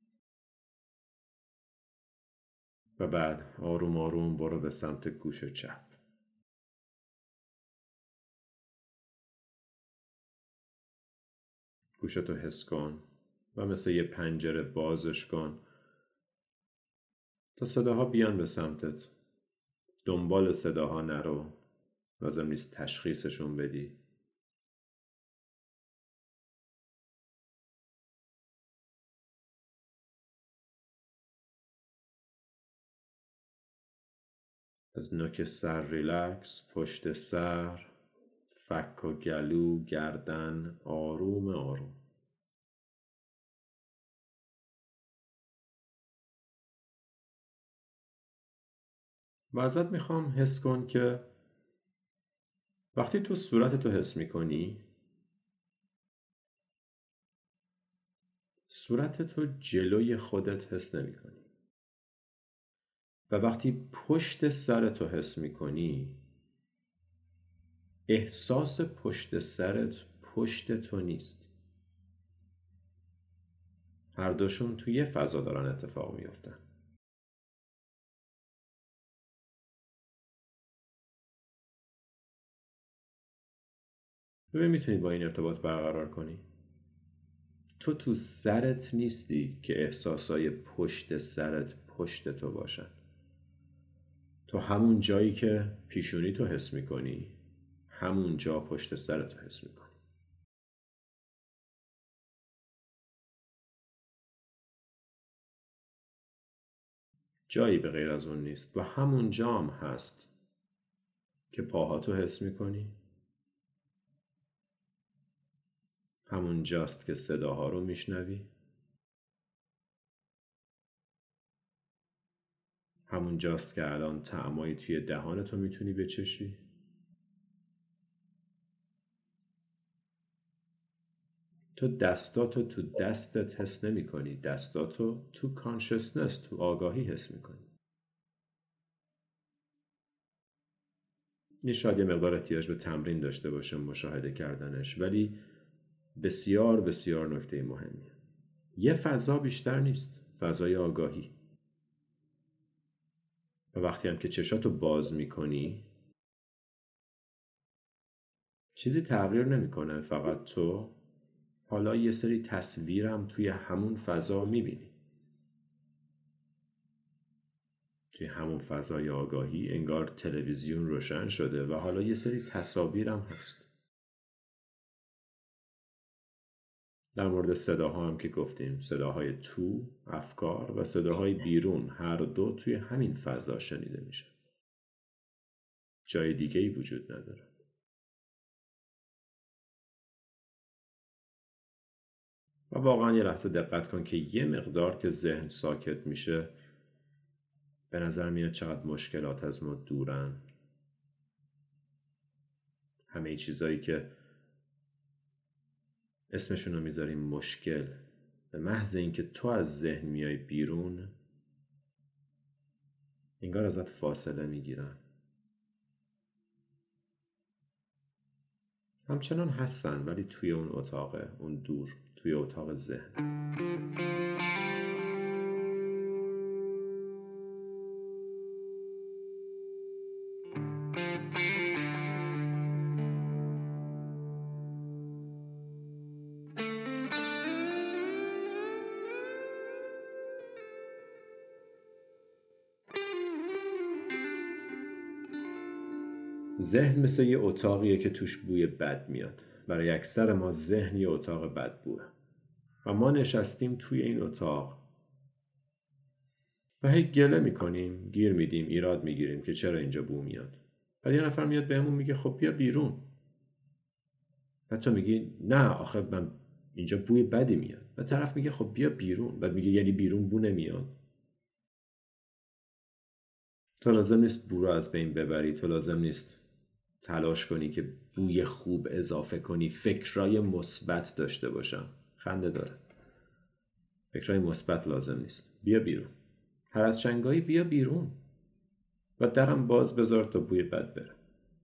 و بعد آروم آروم برو به سمت گوش چپ. گوشتو حس کن و مثل یه پنجره بازش کن تا صداها بیان به سمتت. دنبال صداها نرو، لازم نیست تشخیصشون بدی. از نوک سر ریلکس، پشت سر، فک و گلو، گردن، آروم آروم. و ازت میخوام حس کن که وقتی تو صورتتو حس میکنی، صورتتو جلوی خودت حس نمیکنی. و وقتی پشت سرتو حس میکنی، احساس پشت سرت پشت تو نیست. هر دوشون توی یه فضا دارن اتفاق میافتن. ببین میتونی با این ارتباط برقرار کنی. تو سرت نیستی که احساسای پشت سرت پشت تو باشن. تو همون جایی که پیشونی تو حس میکنی، همون جا پشت سرت رو حس میکنی. جایی به غیر از اون نیست و همون جام هست که پاهاتو حس میکنی. همون جاست که صداها رو میشنوی. همون جاست که الان طعمایی توی دهانتو میتونی بچشی. تو دستاتو تو دستت حس نمی کنی. دستاتو تو کانشسنس، تو آگاهی حس میکنی. این شاید یه مقدار احتیاج به تمرین داشته باشه مشاهده کردنش، ولی بسیار بسیار نکته مهمیه. یه فضا بیشتر نیست، فضای آگاهی. و وقتی هم که چشاتو باز میکنی، چیزی تغییر نمیکنه، فقط تو حالا یه سری تصویرم توی همون فضا میبینی. توی همون فضای آگاهی انگار تلویزیون روشن شده و حالا یه سری تصاویرم هست. در مورد صداها هم که گفتیم، صداهای تو، افکار و صداهای بیرون، هر دو توی همین فضا شنیده میشه. جای دیگه‌ای وجود نداره. و واقعا یه لحظه دقت کن که یه مقدار که ذهن ساکت میشه، به نظر میاد چقدر مشکلات از ما دورن. همه چیزایی که اسمشون رو میذاریم مشکل، به محض اینکه تو از ذهن میای بیرون، انگار ازت فاصله میگیرن. همچنان هستن ولی توی اون اتاقه، اون دور، توی اتاق ذهن. ذهن مثل یه اتاقیه که توش بوی بد میاد. برای اکثر ما ذهن یه اتاق بدبوه و ما نشستیم توی این اتاق و هی گله میکنیم، گیر میدیم، ایراد میگیریم که چرا اینجا بو میاد. بعد یه نفر میاد بهمون میگه خب بیا بیرون. بعد تو میگی نه آخه من اینجا بوی بدی میاد. بعد طرف میگه خب بیا بیرون. بعد میگه یعنی بیرون بو نمیاد؟ تو لازم نیست بو رو از بین ببری، تو لازم نیست تلاش کنی که بوی خوب اضافه کنی، فکرای مثبت داشته باشم. خنده داره. فکرای مثبت لازم نیست. بیا بیرون. هر از چنگایی بیا بیرون و درم باز بذار تا بوی بد بره.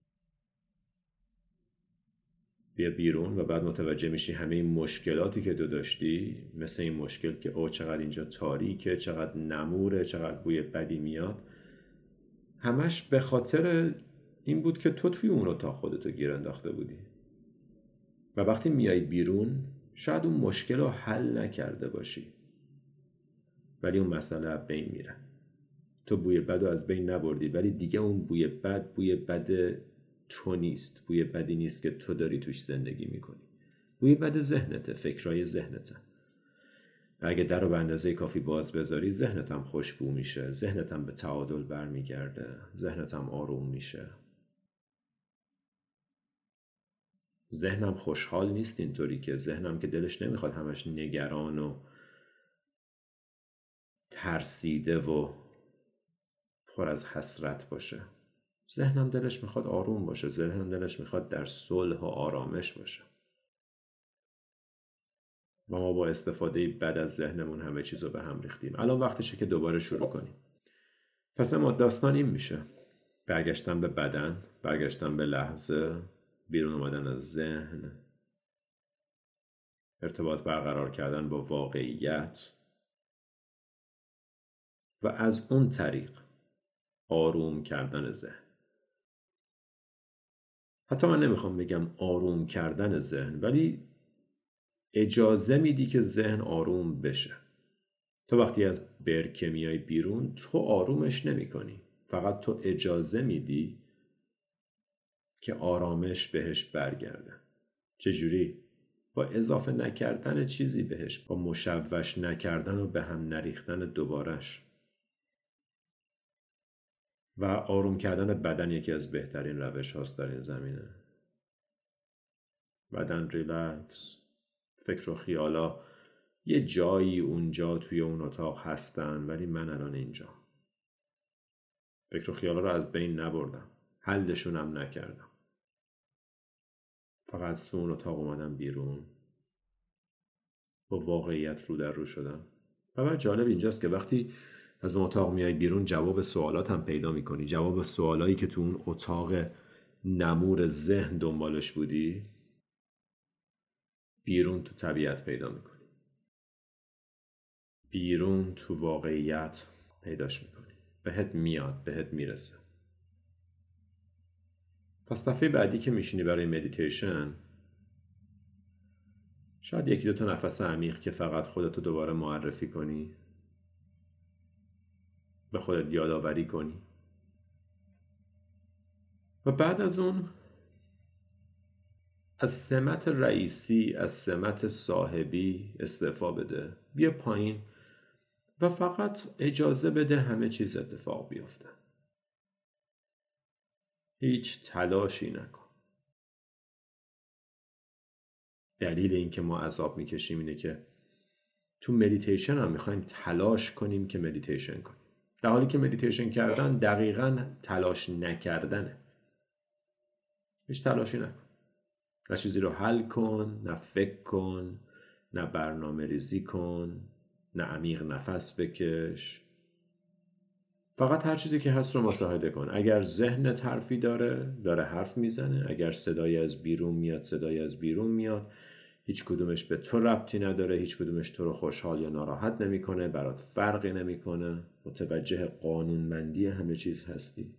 بیا بیرون و بعد متوجه میشی همه این مشکلاتی که تو داشتی، مثل این مشکل که او چقدر اینجا تاریکه، چقدر نموره، چقدر بوی بدی میاد، همش به خاطر این بود که تو توی اون اتاق خودتو گیر انداخته بودی. و وقتی میای بیرون شاید اون مشکل رو حل نکرده باشی، ولی اون مسئله از بین میره. تو بوی بد رو از بین نبردی، ولی دیگه اون بوی بد تو نیست. بوی بدی نیست که تو داری توش زندگی میکنی. بوی بد ذهنته، فکرای ذهنته. اگه در رو به اندازه کافی باز بذاری، ذهنت هم خوشبو میشه، ذهنت هم به تعادل برمیگرده، ذهنت هم آروم میشه. ذهنم خوشحال نیست اینطوری، که ذهنم که دلش نمیخواد همش نگران و ترسیده و پر از حسرت باشه. ذهنم دلش میخواد آروم باشه، ذهنم دلش میخواد در صلح و آرامش باشه. و ما با استفاده بد از ذهنمون همه چیز رو به هم ریختیم. الان وقتشه که دوباره شروع کنیم. پس اما داستان این میشه: برگشتن به بدن، برگشتن به لحظه، بیرون اومدن از ذهن، ارتباط برقرار کردن با واقعیت و از اون طریق آروم کردن ذهن. حتی من نمیخوام بگم آروم کردن ذهن، ولی اجازه میدی که ذهن آروم بشه. تو وقتی از برکه میای بیرون، تو آرومش نمی کنی. فقط تو اجازه میدی که آرامش بهش برگرده. چجوری؟ با اضافه نکردن چیزی بهش، با مشوش نکردن و به هم نریختن دوبارش. و آروم کردن بدن یکی از بهترین روش هاست در این زمینه. بدن ریلکس، فکر و خیالا یه جایی اونجا توی اون اتاق هستن، ولی من الان اینجا. فکر و خیالا رو از بین نبردم، حلشون هم نکردم، فقط تو اون اتاق اومدم بیرون، با واقعیت رو در رو شدم. و بعد جالب اینجاست که وقتی از اون اتاق میای بیرون، جواب سوالات هم پیدا میکنی. جواب سوالایی که تو اون اتاق نمور ذهن دنبالش بودی، بیرون تو طبیعت پیدا میکنی. بیرون تو واقعیت پیداش میکنی. بهت میاد، بهت میرسه. پس دفعه بعدی که میشینی برای مدیتیشن، شاید یکی دو تا نفس عمیق که فقط خودتو دوباره معرفی کنی، به خودت یادآوری کنی و بعد از اون از سمت رئیسی، از سمت صاحبی استعفا بده. بیا پایین و فقط اجازه بده همه چیز اتفاق بیفته. هیچ تلاشی نکن. دلیل این که ما عذاب میکشیم اینه که تو مدیتیشن هم میخوایم تلاش کنیم که مدیتیشن کنیم، در حالی که مدیتیشن کردن دقیقاً تلاش نکردنه. هیچ تلاشی نکن. نه چیزی رو حل کن، نه فکر کن، نه برنامه ریزی کن، نه عمیق نفس بکش. فقط هر چیزی که هست رو مشاهده کن. اگر ذهنت حرفی داره حرف میزنه. اگر صدایی از بیرون میاد، صدایی از بیرون میاد. هیچ کدومش به تو ربطی نداره، هیچ کدومش تو رو خوشحال یا ناراحت نمیکنه، برات فرقی نمیکنه. متوجه قانونمندی همه چیز هستی.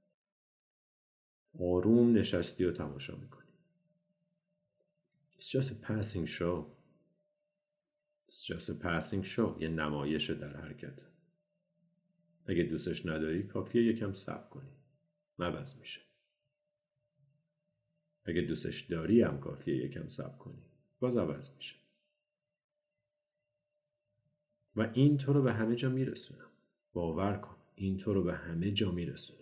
آروم نشستی و تماشا میکنی. It's just a passing show. It's just a passing show. یه نمایش در حرکت. اگه دوستش نداری کافیه یکم صبر کنی. عوض میشه. اگه دوستش داری هم کافیه یکم صبر کنی، باز عوض میشه. و این تو رو به همه جا میرسونه. باور کن این تو رو به همه جا میرسونه.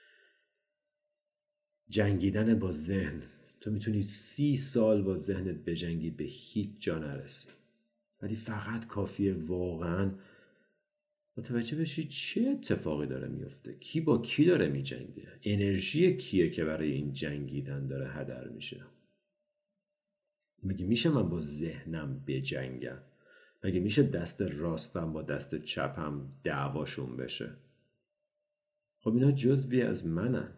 جنگیدن با ذهن، تو میتونی 30 سال با ذهنت بجنگی به هیچ جا نرسی، ولی فقط کافیه واقعا متوجه بشی چه اتفاقی داره میفته، کی با کی داره میجنگه، انرژی کیه که برای این جنگیدن داره هدر میشه. مگه میشه من با ذهنم بجنگم؟ مگه میشه دست راستم با دست چپم دعواشون بشه؟ خب اینا جزوی از منن.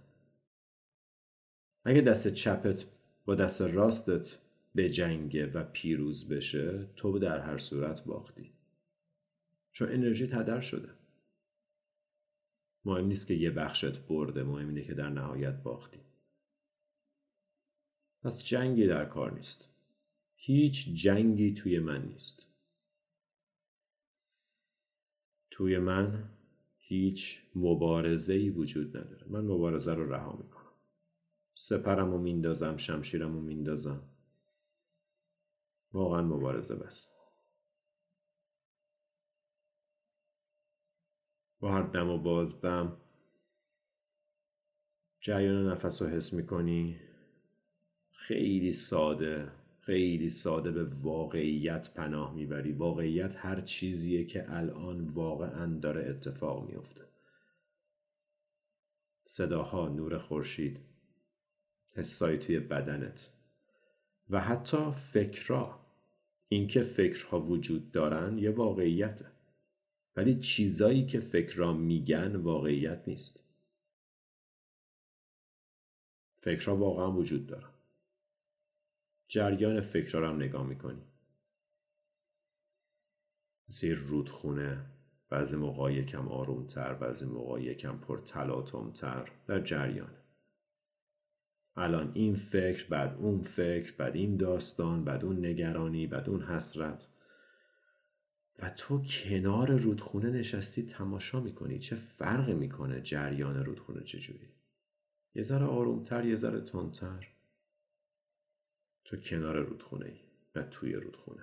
اگه دست چپت با دست راستت بجنگه و پیروز بشه، تو در هر صورت باختی، چون انرژیت هدر شده. مهم نیست که یه بخشت برده، مهم اینه که در نهایت باختی. پس جنگی در کار نیست. هیچ جنگی توی من نیست. توی من هیچ مبارزه‌ای وجود نداره. من مبارزه رو رها میکنم. سپرم رو میندازم، شمشیرم رو میندازم. واقعا مبارزه بس. با هر دم و بازدم جریان نفس رو حس میکنی. خیلی ساده به واقعیت پناه میبری. واقعیت هر چیزیه که الان واقعا داره اتفاق میفته. صداها، نور خورشید، حسای توی بدنت و حتی فکرها. اینکه فکرها وجود دارن یه واقعیته، ولی چیزایی که فکرها میگن واقعیت نیست. فکرها واقعا وجود دارن. جریان فکرها رو هم نگاه میکنی، مثل یه رودخونه، بعضی موقع یکم آرومتر، بعضی موقع یکم پرتلاطم‌تر در جریان. الان این فکر، بعد اون فکر، بعد این داستان، بعد اون نگرانی، بعد اون حسرت، و تو کنار رودخونه نشستی تماشا میکنی. چه فرقی میکنه جریان رودخونه چجوری؟ یه ذره آرومتر، یه ذره تندتر. تو کنار رودخونه ای، نه توی رودخونه.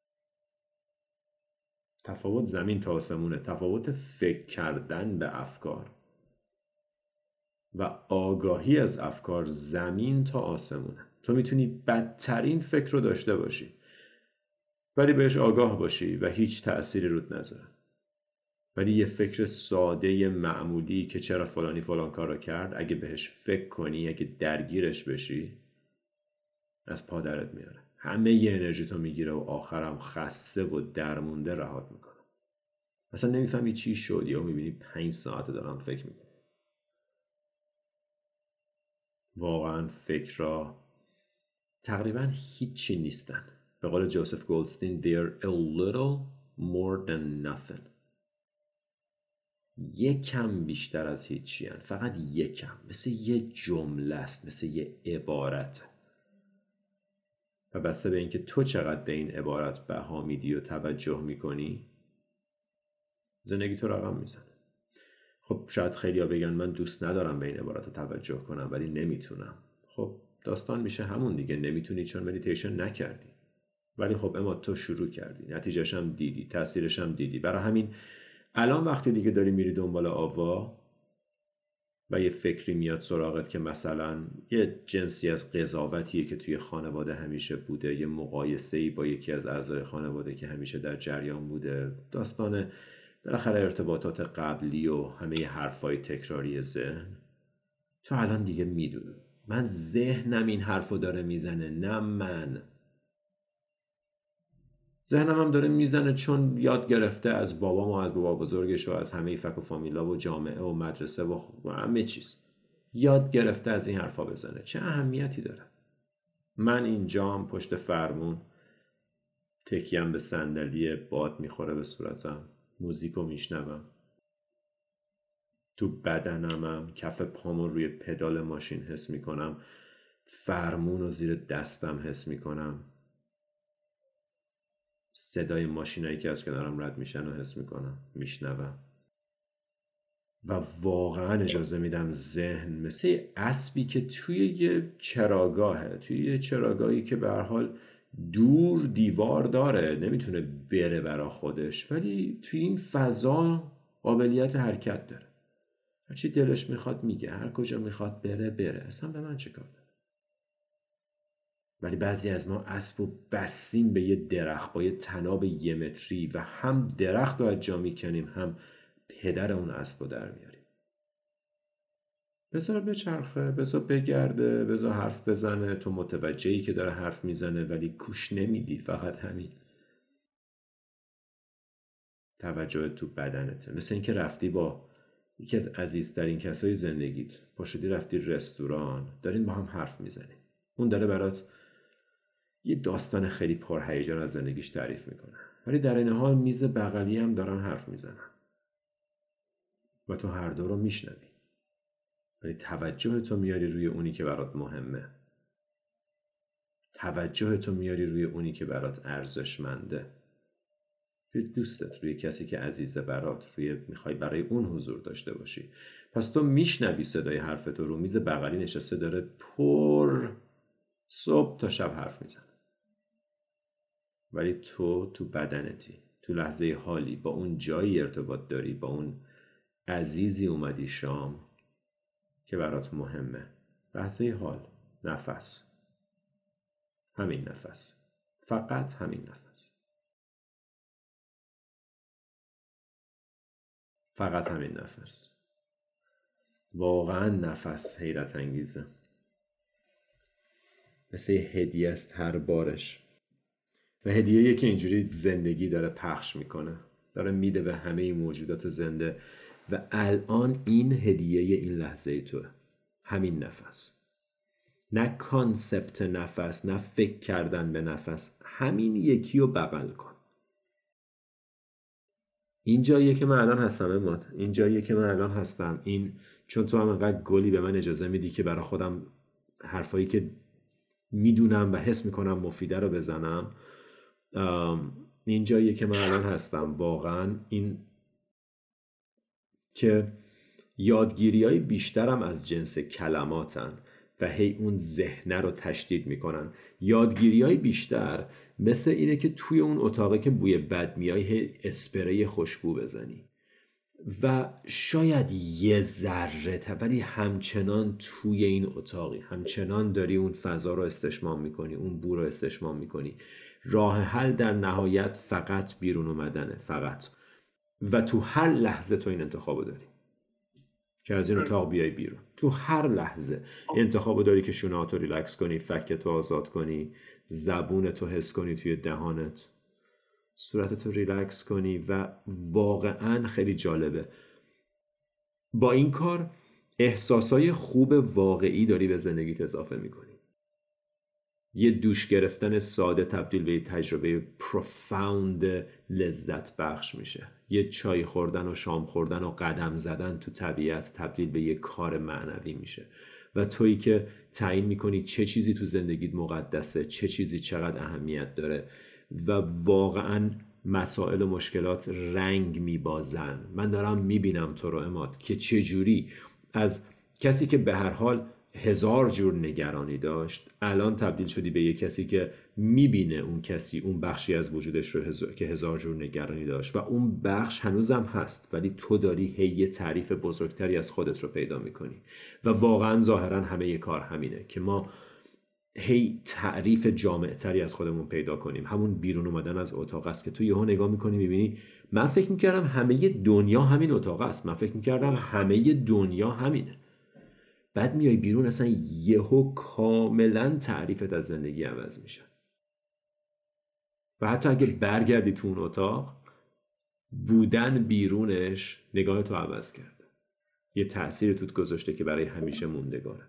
تفاوت زمین تا آسمونه. تفاوت فکر کردن به افکار و آگاهی از افکار زمین تا آسمونه. تو میتونی بدترین فکر رو داشته باشی ولی بهش آگاه باشی و هیچ تأثیری رود نذاره. ولی یه فکر ساده معمولی که چرا فلانی فلان کار رو کرد، اگه بهش فکر کنی، اگه درگیرش بشی، از پادرت میاره. همه یه انرژی تو میگیره و آخرم خسته و درمونده رهات میکنه. اصلا نمیفهمی چی شد، یا میبینی 5 ساعت دارم فکر میکنم. واقعا فکرها تقریبا هیچی نیستن. به قول جوزف گولدستین they're a little more than nothing. یکم بیشتر از هیچی هن. فقط یکم، مثل یه جمله است، مثل یه عبارت. و بسته به اینکه تو چقدر به این عبارت بها میدی و توجه میکنی، زندگی تو رقم میزنه. خب شاید خیلیا بگن من دوست ندارم به این عبارت رو توجه کنم ولی نمیتونم. خب داستان میشه همون دیگه، نمیتونی چون مدیتیشن نکردی. ولی خب اما تو شروع کردی، نتیجهش هم دیدی، تاثیرش هم دیدی. برای همین الان وقتی دیگه داری میری دنبال آوا و یه فکری میاد سراغت که مثلا یه جنسی از قضاوتیه که توی خانواده همیشه بوده، یه مقایسه‌ای با یکی از اعضای خانواده که همیشه در جریان بوده، داستان بالاخره ارتباطات قبلی و همه حرفای تکراری ذهن، تو الان دیگه میدونی من ذهنم این حرفو داره میزنه، نه من. ذهنم هم داره میزنه چون یاد گرفته از بابام و از بابا بزرگش و از همه فک و فامیلا و جامعه و مدرسه و همه چیز. یاد گرفته از این حرفا بزنه. چه اهمیتی داره؟ من اینجام پشت فرمون تکیم به صندلی، باد میخوره به صورتم، موزیکو میشنوم، تو بدنمم کف پامو روی پدال ماشین حس میکنم، فرمون رو زیر دستم حس میکنم، صدای ماشینایی که از کنارم رد میشن رو حس میکنم، میشنوم. و واقعا اجازه میدم ذهن مثل اسبی که توی یه چراگاهه، توی یه چراگاهی که به هر حال دور دیوار داره، نمیتونه بره برا خودش، ولی توی این فضا قابلیت حرکت داره. هرچی دلش میخواد میگه، هر کجا میخواد بره، اصلا به من چه کار داره. ولی بعضی از ما اسب رو بستیم به یه درخت با یه طناب 1 متری و هم درخت رو از جا میکنیم، هم پدر اون اسب رو در میاریم. بذار بچرخه، بذار بگرده، بذار حرف بزنه. تو متوجهی که داره حرف میزنه ولی گوش نمیدی، فقط همین. توجه تو بدنته. مثل اینکه رفتی با یکی از عزیزترین کسای زندگیت، پاشدی رفتی رستوران، دارین با هم حرف میزنی. اون داره برات یه داستان خیلی پرهیجان از زندگیش تعریف میکنه، ولی در این حال میز بغلی هم دارن حرف میزنن و تو هر دو رو میشنوی، ولی توجه تو میاری روی اونی که برات مهمه. توجه تو میاری روی اونی که برات ارزشمنده، روی دوستت، روی کسی که عزیزه برات، روی میخوای برای اون حضور داشته باشی. پس تو میشنوی صدای حرف تو رو میز بغلی نشسته، داره پر صبح تا شب حرف میزنه، ولی تو بدنتی، تو لحظه حالی، با اون جایی ارتباط داری، با اون عزیزی اومدی شام که برات مهمه. لحظه حال، نفس، همین نفس، فقط همین نفس، فقط همین نفس. واقعا نفس حیرت انگیزه، مثل یه هدیه است هر بارش، و هدیه‌ای که اینجوری زندگی داره پخش میکنه، داره میده به همه موجودات زنده. و الان این هدیه این لحظه توه، همین نفس. نه کانسپت نفس، نه فکر کردن به نفس، همین یکی رو بغل کن. این جاییه که من الان هستم اماد، این جاییه که من الان هستم. این چون تو هم انقدر گلی به من اجازه میدی که برای خودم حرفایی که میدونم و حس میکنم مفیده رو بزنم. این جاییه که من الان هستم. واقعا این که یادگیری های بیشترم از جنس کلماتن و هی اون ذهنه رو تشدید میکنن. یادگیری های بیشتر مثل اینه که توی اون اتاقه که بوی بد میای هی اسپری خوشبو بزنی و شاید یه ذره ولی همچنان توی این اتاقی، همچنان داری اون فضا رو استشمام میکنی، اون بو رو استشمام میکنی. راه حل در نهایت فقط بیرون اومدنه، فقط. و تو هر لحظه تو این انتخابو داری که از این اتاق بیای بیرون. تو هر لحظه انتخابو داری که شونهاتو ریلکس کنی، فکتو آزاد کنی، زبونتو حس کنی توی دهانت، صورتتو ریلکس کنی. و واقعا خیلی جالبه با این کار احساسای خوب واقعی داری به زندگیت اضافه میکنی. یه دوش گرفتن ساده تبدیل به یه تجربه پروفاوند لذت بخش میشه. یه چای خوردن و شام خوردن و قدم زدن تو طبیعت تبدیل به یه کار معنوی میشه. و تویی که تعیین میکنی چه چیزی تو زندگیت مقدسه، چه چیزی چقدر اهمیت داره. و واقعا مسائل و مشکلات رنگ میبازن. من دارم میبینم تو رو اماد که چجوری از کسی که به هر حال 1000 جور نگرانی داشت الان تبدیل شدی به یک کسی که میبینه اون کسی اون بخشی از وجودش رو که 1000 جور نگرانی داشت و اون بخش هنوزم هست، ولی تو داری هی یه تعریف بزرگتری از خودت رو پیدا میکنی. و واقعا ظاهرا همه یه کار همینه که ما هی تعریف جامعتری از خودمون پیدا کنیم. همون بیرون اومدن از اتاق است که تو یهو نگاه میکنی میبینی من فکر میکردم همه دنیا همین اتاق است، من فکر میکردم همه دنیا همینه. بعد میای بیرون اصلا یهو کاملا تعریفت از زندگی عوض میشه. و حتی اگه برگردی تو اون اتاق، بودن بیرونش نگاه تو عوض کرده، یه تأثیر توت گذاشته که برای همیشه موندگاره.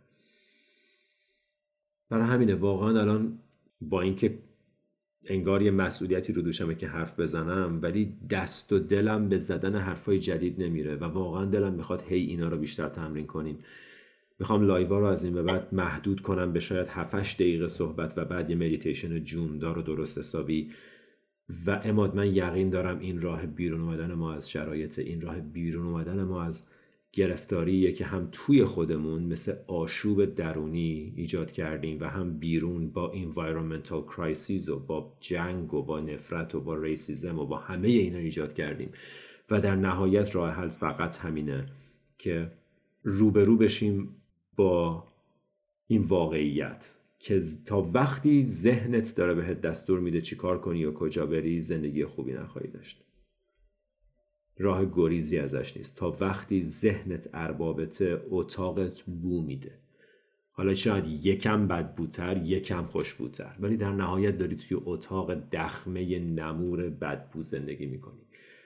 برای همینه واقعا الان با اینکه انگار یه مسئولیتی رو دوشمه که حرف بزنم، ولی دست و دلم به زدن حرفای جدید نمیره و واقعا دلم میخواد هی اینا رو بیشتر تمرین کنیم. میخوام لایوا رو از این به بعد محدود کنم به شاید 7-8 دقیقه صحبت و بعد یه مدیتیشن جوندار و درست حسابی. و اماد من یقین دارم این راه بیرون اومدن ما از شرایط، این راه بیرون اومدن ما از گرفتاریه که هم توی خودمون مثل آشوب درونی ایجاد کردیم و هم بیرون با environmental crises و با جنگ و با نفرت و با ریسیزم و با همه اینا ایجاد کردیم و در نهایت راه حل فقط همینه که روبرو بشیم با این واقعیت که تا وقتی ذهنت داره بهت دستور میده چی کار کنی یا کجا بری، زندگی خوبی نخواهی داشت. راه گریزی ازش نیست. تا وقتی ذهنت اربابته، اتاقت بو میده. حالا شاید یکم بدبوتر، یکم خوشبوتر، ولی در نهایت داری توی اتاق دخمه نمور بدبو زندگی میکنی.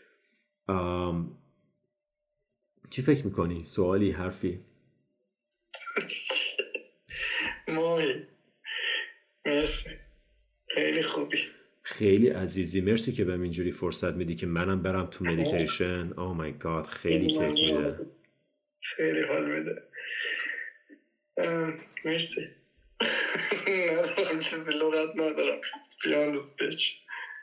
چی فکر میکنی؟ سوالی، حرفی؟ ماهی مرسی، خیلی خوبی، خیلی عزیزی. مرسی که بهم اینجوری فرصت میدی که منم برم تو مدیتیشن. او مای گاد، خیلی کیف میده، خیلی حال میده. مرسی. ندارم چیزی، لغت ندارم. بیان سپیچ.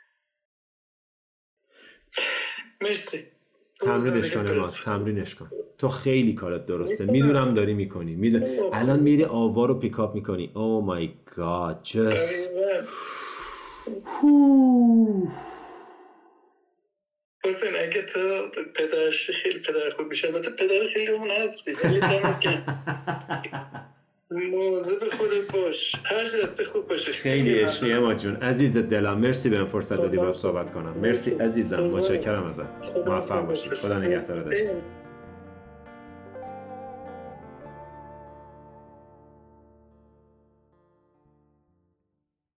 مرسی. تمرینش کن اما، تمرینش کن. تو خیلی کارت درسته، میدونم داری میکنی. الان میری آوا رو پیکاپ میکنی. او مای گاد، جست حسین اگه تو پدرش خیلی پدر خوب میشه، البته پدر خیلی اون هستی، خیلی دمت گرم. مواظب خودت باش، هر جسته خوب باشه. خیلی عشقی اما جون، عزیز دلم. مرسی بهم فرصت دادی باهات صحبت کنم. مرسی عزیزم، متشکرم ازت. موفق باشی. خدا نگهدارت.